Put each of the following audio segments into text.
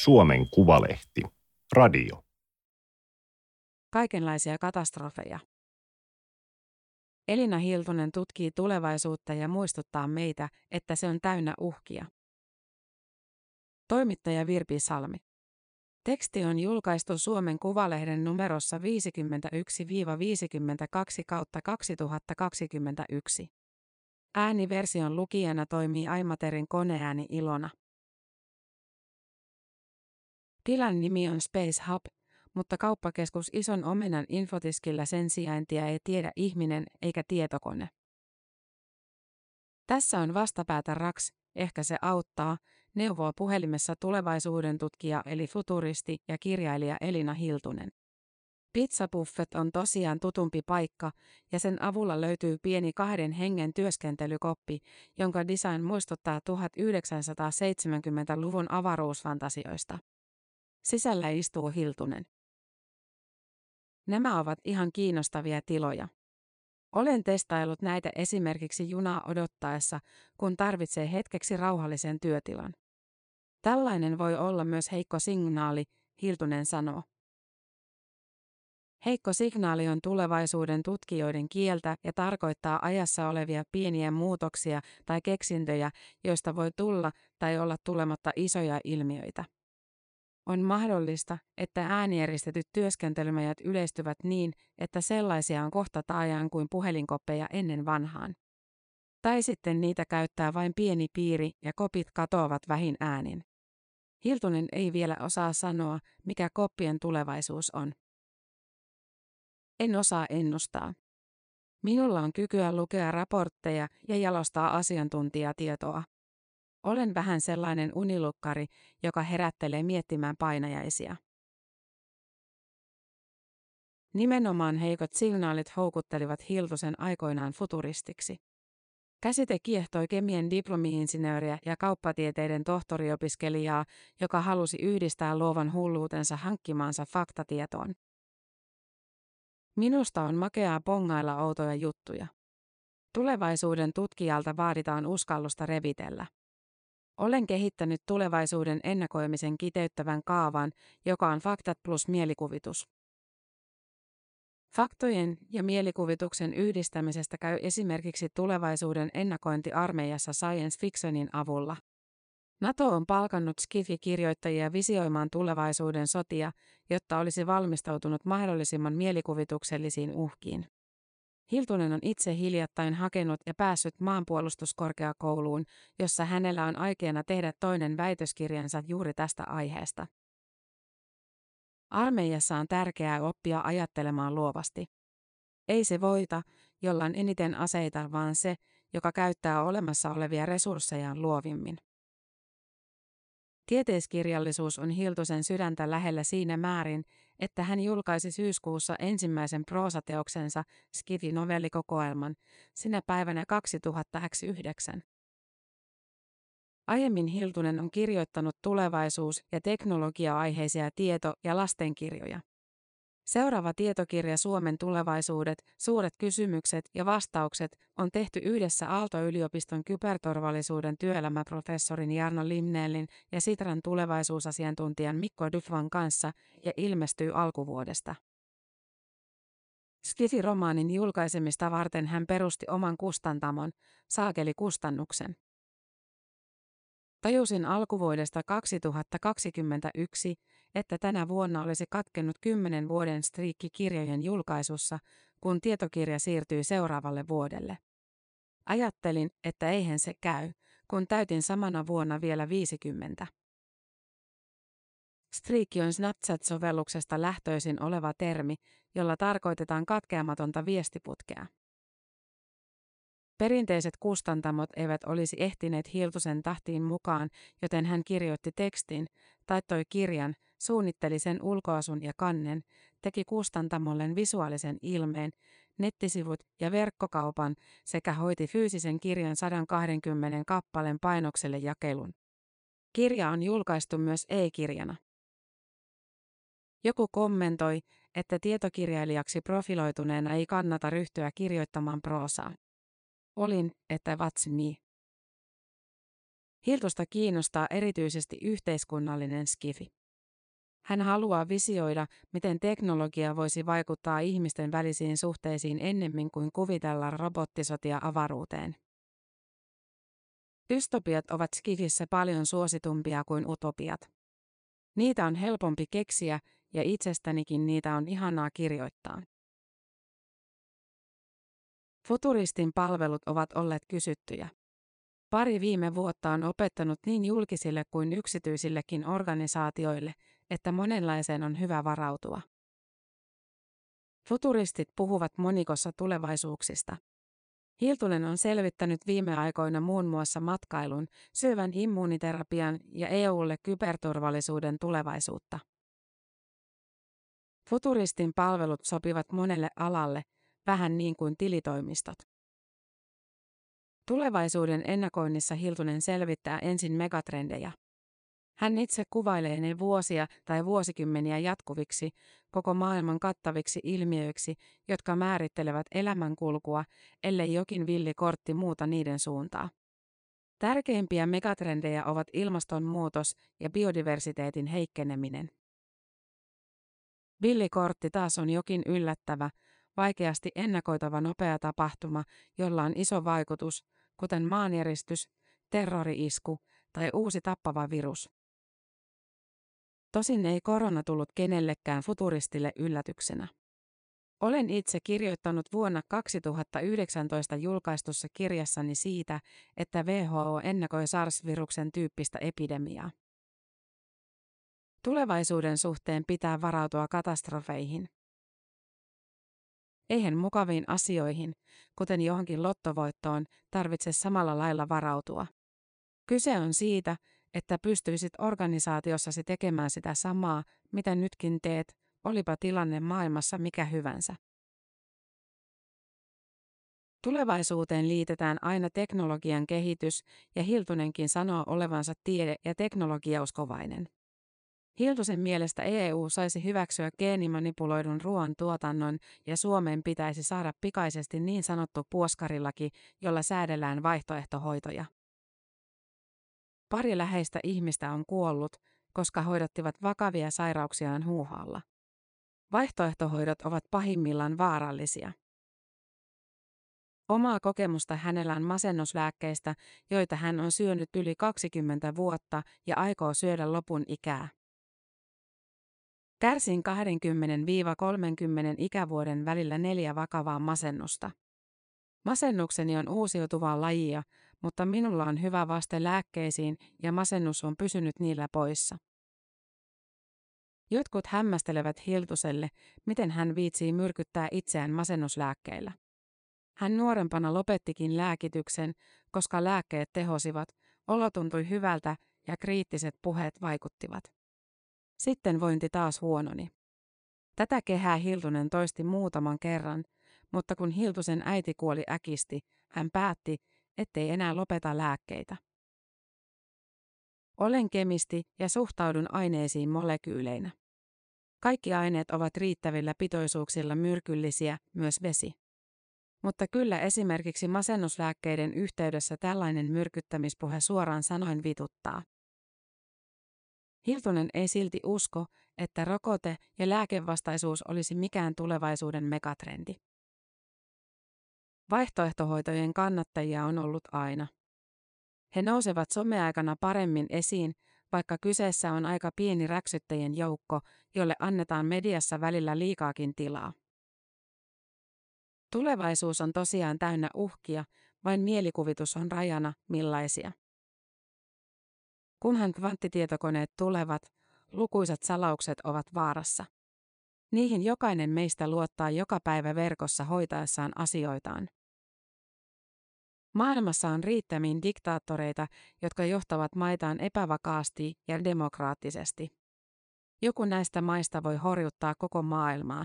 Suomen Kuvalehti. Radio. Kaikenlaisia katastrofeja. Elina Hiltunen tutkii tulevaisuutta ja muistuttaa meitä, että se on täynnä uhkia. Toimittaja Virpi Salmi. Teksti on julkaistu Suomen Kuvalehden numerossa 51-52/2021. Ääniversion lukijana toimii Aimaterin koneääni Ilona. Tilan nimi on Space Hub, mutta kauppakeskus Ison Omenan infotiskillä sen sijaintia ei tiedä ihminen eikä tietokone. Tässä on vastapäätä RAX, ehkä se auttaa, neuvoo puhelimessa tulevaisuuden tutkija eli futuristi ja kirjailija Elina Hiltunen. Pizza Buffet on tosiaan tutumpi paikka ja sen avulla löytyy pieni 2 hengen työskentelykoppi, jonka design muistuttaa 1970-luvun avaruusfantasioista. Sisällä istuu Hiltunen. Nämä ovat ihan kiinnostavia tiloja. Olen testaillut näitä esimerkiksi junaa odottaessa, kun tarvitsee hetkeksi rauhallisen työtilan. Tällainen voi olla myös heikko signaali, Hiltunen sanoo. Heikko signaali on tulevaisuuden tutkijoiden kieltä ja tarkoittaa ajassa olevia pieniä muutoksia tai keksintöjä, joista voi tulla tai olla tulematta isoja ilmiöitä. On mahdollista, että äänieristetyt työskentelymajat yleistyvät niin, että sellaisia on kohta taajaan kuin puhelinkoppeja ennen vanhaan. Tai sitten niitä käyttää vain pieni piiri ja kopit katoavat vähin äänin. Hiltunen ei vielä osaa sanoa, mikä koppien tulevaisuus on. En osaa ennustaa. Minulla on kykyä lukea raportteja ja jalostaa asiantuntijatietoa. Olen vähän sellainen unilukkari, joka herättelee miettimään painajaisia. Nimenomaan heikot signaalit houkuttelivat Hiltusen aikoinaan futuristiksi. Käsite kiehtoi kemian diplomi-insinööriä ja kauppatieteiden tohtoriopiskelijaa, joka halusi yhdistää luovan hulluutensa hankkimaansa faktatietoon. Minusta on makeaa bongailla outoja juttuja. Tulevaisuuden tutkijalta vaaditaan uskallusta revitellä. Olen kehittänyt tulevaisuuden ennakoimisen kiteyttävän kaavan, joka on faktat plus mielikuvitus. Faktojen ja mielikuvituksen yhdistämisestä käy esimerkiksi tulevaisuuden ennakointi armeijassa science fictionin avulla. NATO on palkannut sci-fi-kirjoittajia visioimaan tulevaisuuden sotia, jotta olisi valmistautunut mahdollisimman mielikuvituksellisiin uhkiin. Hiltunen on itse hiljattain hakenut ja päässyt maanpuolustuskorkeakouluun, jossa hänellä on aikeena tehdä toinen väitöskirjansa juuri tästä aiheesta. Armeijassa on tärkeää oppia ajattelemaan luovasti. Ei se voita, jolla on eniten aseita, vaan se, joka käyttää olemassa olevia resurssejaan luovimmin. Tieteiskirjallisuus on Hiltusen sydäntä lähellä siinä määrin, että hän julkaisi syyskuussa ensimmäisen proosateoksensa Sci-fi-novellikokoelman sinä päivänä 2009. Aiemmin Hiltunen on kirjoittanut tulevaisuus- ja teknologia-aiheisia tieto- ja lastenkirjoja. Seuraava tietokirja Suomen tulevaisuudet, suuret kysymykset ja vastaukset on tehty yhdessä Aalto-yliopiston kyberturvallisuuden työelämäprofessorin Jarno Limnellin ja Sitran tulevaisuusasiantuntijan Mikko Dufvan kanssa ja ilmestyy alkuvuodesta. Sci-fi-romaanin julkaisemista varten hän perusti oman kustantamon, Saakeli-kustannuksen. Tajusin alkuvuodesta 2021, että tänä vuonna olisi katkennut 10 vuoden striikki kirjojen julkaisussa, kun tietokirja siirtyy seuraavalle vuodelle. Ajattelin, että eihän se käy, kun täytin samana vuonna vielä 50. Striikki on Snapchat-sovelluksesta lähtöisin oleva termi, jolla tarkoitetaan katkeamatonta viestiputkea. Perinteiset kustantamot eivät olisi ehtineet Hiltusen tahtiin mukaan, joten hän kirjoitti tekstin, taittoi kirjan, suunnitteli sen ulkoasun ja kannen, teki kustantamollen visuaalisen ilmeen, nettisivut ja verkkokaupan sekä hoiti fyysisen kirjan 120 kappaleen painokselle jakelun. Kirja on julkaistu myös e-kirjana. Joku kommentoi, että tietokirjailijaksi profiloituneena ei kannata ryhtyä kirjoittamaan proosaa. Olin, että what's me? Hiltusta kiinnostaa erityisesti yhteiskunnallinen sci-fi. Hän haluaa visioida, miten teknologia voisi vaikuttaa ihmisten välisiin suhteisiin ennemmin kuin kuvitella robottisotia avaruuteen. Dystopiat ovat skifissä paljon suositumpia kuin utopiat. Niitä on helpompi keksiä ja itsestänikin niitä on ihanaa kirjoittaa. Futuristin palvelut ovat olleet kysyttyjä. Pari viime vuotta on opettanut niin julkisille kuin yksityisillekin organisaatioille, että monenlaiseen on hyvä varautua. Futuristit puhuvat monikossa tulevaisuuksista. Hiltunen on selvittänyt viime aikoina muun muassa matkailun, syövän immuuniterapian ja EUlle kyberturvallisuuden tulevaisuutta. Futuristin palvelut sopivat monelle alalle, vähän niin kuin tilitoimistot. Tulevaisuuden ennakoinnissa Hiltunen selvittää ensin megatrendejä. Hän itse kuvailee ne vuosia tai vuosikymmeniä jatkuviksi, koko maailman kattaviksi ilmiöiksi, jotka määrittelevät elämänkulkua, ellei jokin villi kortti muuta niiden suuntaa. Tärkeimpiä megatrendejä ovat ilmastonmuutos ja biodiversiteetin heikkeneminen. Villikortti taas on jokin yllättävä, vaikeasti ennakoitava nopea tapahtuma, jolla on iso vaikutus, kuten maanjäristys, terrori-isku tai uusi tappava virus. Tosin ei korona tullut kenellekään futuristille yllätyksenä. Olen itse kirjoittanut vuonna 2019 julkaistussa kirjassani siitä, että WHO ennakoi SARS-viruksen tyyppistä epidemiaa. Tulevaisuuden suhteen pitää varautua katastrofeihin. Eihän mukaviin asioihin, kuten johonkin lottovoittoon, tarvitse samalla lailla varautua. Kyse on siitä, että pystyisit organisaatiossasi tekemään sitä samaa, mitä nytkin teet, olipa tilanne maailmassa mikä hyvänsä. Tulevaisuuteen liitetään aina teknologian kehitys, ja Hiltunenkin sanoo olevansa tiede- ja teknologiauskovainen. Hiltusen mielestä EU saisi hyväksyä geenimanipuloidun ruoan tuotannon ja Suomeen pitäisi saada pikaisesti niin sanottu puoskarilaki, jolla säädellään vaihtoehtohoitoja. Pari läheistä ihmistä on kuollut, koska hoidattivat vakavia sairauksiaan huuhaalla. Vaihtoehtohoidot ovat pahimmillaan vaarallisia. Omaa kokemusta hänellä on masennuslääkkeistä, joita hän on syönyt yli 20 vuotta ja aikoo syödä lopun ikää. Kärsin 20–30 ikävuoden välillä 4 vakavaa masennusta. Masennukseni on uusiutuvaa lajia, mutta minulla on hyvä vaste lääkkeisiin ja masennus on pysynyt niillä poissa. Jotkut hämmästelevät Hiltuselle, miten hän viitsii myrkyttää itseään masennuslääkkeillä. Hän nuorempana lopettikin lääkityksen, koska lääkkeet tehosivat, olo tuntui hyvältä ja kriittiset puheet vaikuttivat. Sitten vointi taas huononi. Tätä kehää Hiltunen toisti muutaman kerran, mutta kun Hiltusen äiti kuoli äkisti, hän päätti, ettei enää lopeta lääkkeitä. Olen kemisti ja suhtaudun aineisiin molekyyleinä. Kaikki aineet ovat riittävillä pitoisuuksilla myrkyllisiä, myös vesi. Mutta kyllä esimerkiksi masennuslääkkeiden yhteydessä tällainen myrkyttämispuhe suoraan sanoen vituttaa. Hiltunen ei silti usko, että rokote- ja lääkevastaisuus olisi mikään tulevaisuuden megatrendi. Vaihtoehtohoitojen kannattajia on ollut aina. He nousevat someaikana paremmin esiin, vaikka kyseessä on aika pieni räksyttäjien joukko, jolle annetaan mediassa välillä liikaakin tilaa. Tulevaisuus on tosiaan täynnä uhkia, vain mielikuvitus on rajana, millaisia. Kunhan kvanttitietokoneet tulevat, lukuisat salaukset ovat vaarassa. Niihin jokainen meistä luottaa joka päivä verkossa hoitaessaan asioitaan. Maailmassa on riittämiin diktaattoreita, jotka johtavat maitaan epävakaasti ja demokraattisesti. Joku näistä maista voi horjuttaa koko maailmaa.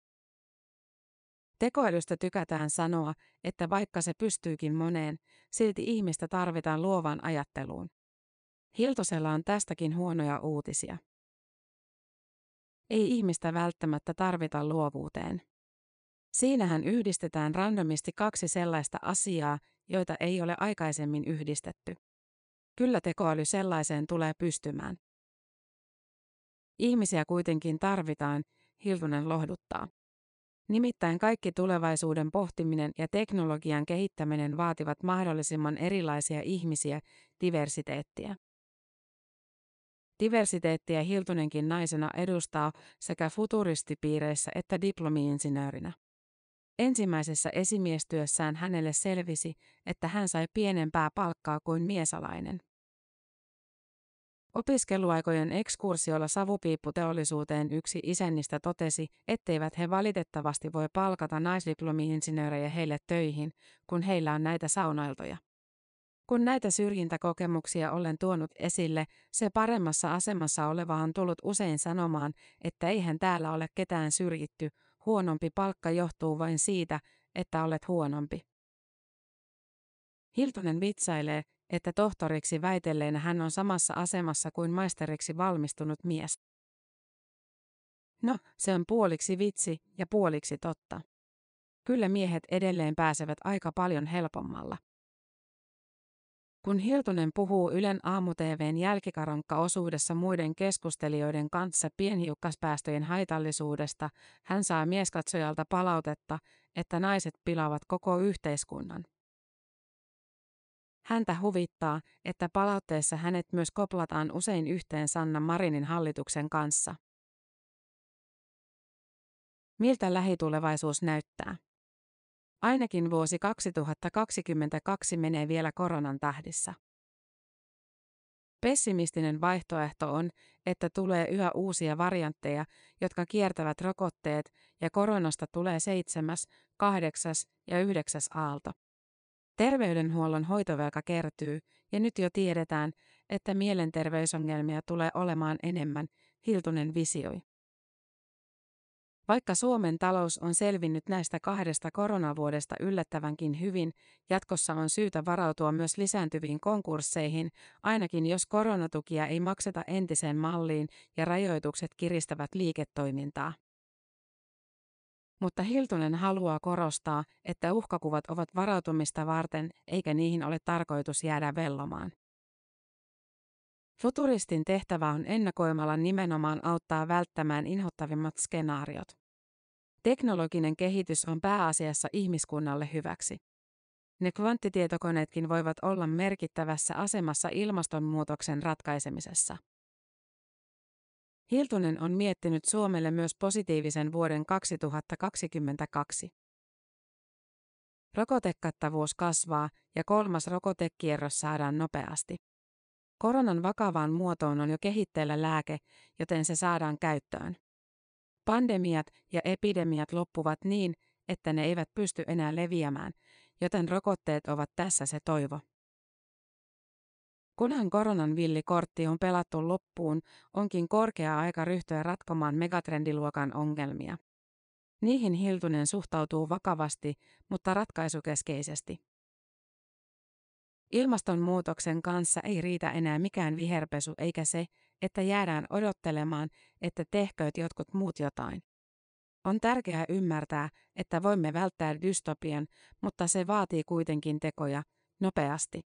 Tekoälystä tykätään sanoa, että vaikka se pystyykin moneen, silti ihmistä tarvitaan luovaan ajatteluun. Hiltusella on tästäkin huonoja uutisia. Ei ihmistä välttämättä tarvita luovuuteen. Siinähän yhdistetään randomisti 2 sellaista asiaa, joita ei ole aikaisemmin yhdistetty. Kyllä tekoäly sellaiseen tulee pystymään. Ihmisiä kuitenkin tarvitaan, Hiltunen lohduttaa. Nimittäin kaikki tulevaisuuden pohtiminen ja teknologian kehittäminen vaativat mahdollisimman erilaisia ihmisiä, diversiteettiä. Diversiteettiä Hiltunenkin naisena edustaa sekä futuristipiireissä että diplomi-insinöörinä. Ensimmäisessä esimiestyössään hänelle selvisi, että hän sai pienempää palkkaa kuin miesalainen. Opiskeluaikojen ekskursiolla savupiipputeollisuuteen yksi isännistä totesi, etteivät he valitettavasti voi palkata naisdiplomi-insinöörejä heille töihin, kun heillä on näitä saunailtoja. Kun näitä syrjintäkokemuksia olen tuonut esille, se paremmassa asemassa oleva on tullut usein sanomaan, että eihän täällä ole ketään syrjitty, huonompi palkka johtuu vain siitä, että olet huonompi. Hiltunen vitsailee, että tohtoriksi väitelleenä hän on samassa asemassa kuin maisteriksi valmistunut mies. No, se on puoliksi vitsi ja puoliksi totta. Kyllä miehet edelleen pääsevät aika paljon helpommalla. Kun Hiltunen puhuu Ylen aamu-tv:n jälkikaronkka-osuudessa muiden keskustelijoiden kanssa pienhiukkaspäästöjen haitallisuudesta, hän saa mieskatsojalta palautetta, että naiset pilaavat koko yhteiskunnan. Häntä huvittaa, että palautteessa hänet myös koplataan usein yhteen Sanna Marinin hallituksen kanssa. Miltä lähitulevaisuus näyttää? Ainakin vuosi 2022 menee vielä koronan tahdissa. Pessimistinen vaihtoehto on, että tulee yhä uusia variantteja, jotka kiertävät rokotteet, ja koronasta tulee 7., 8. ja 9. aalto. Terveydenhuollon hoitovelka kertyy, ja nyt jo tiedetään, että mielenterveysongelmia tulee olemaan enemmän, Hiltunen visioi. Vaikka Suomen talous on selvinnyt näistä 2 koronavuodesta yllättävänkin hyvin, jatkossa on syytä varautua myös lisääntyviin konkursseihin, ainakin jos koronatukia ei makseta entiseen malliin ja rajoitukset kiristävät liiketoimintaa. Mutta Hiltunen haluaa korostaa, että uhkakuvat ovat varautumista varten, eikä niihin ole tarkoitus jäädä vellomaan. Futuristin tehtävä on ennakoimalla nimenomaan auttaa välttämään inhottavimmat skenaariot. Teknologinen kehitys on pääasiassa ihmiskunnalle hyväksi. Ne kvanttitietokoneetkin voivat olla merkittävässä asemassa ilmastonmuutoksen ratkaisemisessa. Hiltunen on miettinyt Suomelle myös positiivisen vuoden 2022. Rokotekattavuus kasvaa ja 3. rokotekierros saadaan nopeasti. Koronan vakavaan muotoon on jo kehitteillä lääke, joten se saadaan käyttöön. Pandemiat ja epidemiat loppuvat niin, että ne eivät pysty enää leviämään, joten rokotteet ovat tässä se toivo. Kunhan koronan villikortti on pelattu loppuun, onkin korkea aika ryhtyä ratkomaan megatrendiluokan ongelmia. Niihin Hiltunen suhtautuu vakavasti, mutta ratkaisukeskeisesti. Ilmastonmuutoksen kanssa ei riitä enää mikään viherpesu eikä se, että jäädään odottelemaan, että tehkööt jotkut muut jotain. On tärkeää ymmärtää, että voimme välttää dystopian, mutta se vaatii kuitenkin tekoja, nopeasti.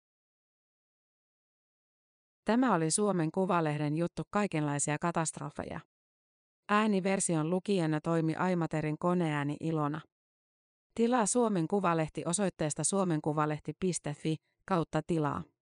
Tämä oli Suomen Kuvalehden juttu kaikenlaisia katastrofeja. Ääniversion lukijana toimi Aimaterin koneääni Ilona. Tilaa Suomen Kuvalehti osoitteesta suomenkuvalehti.fi/tilaa.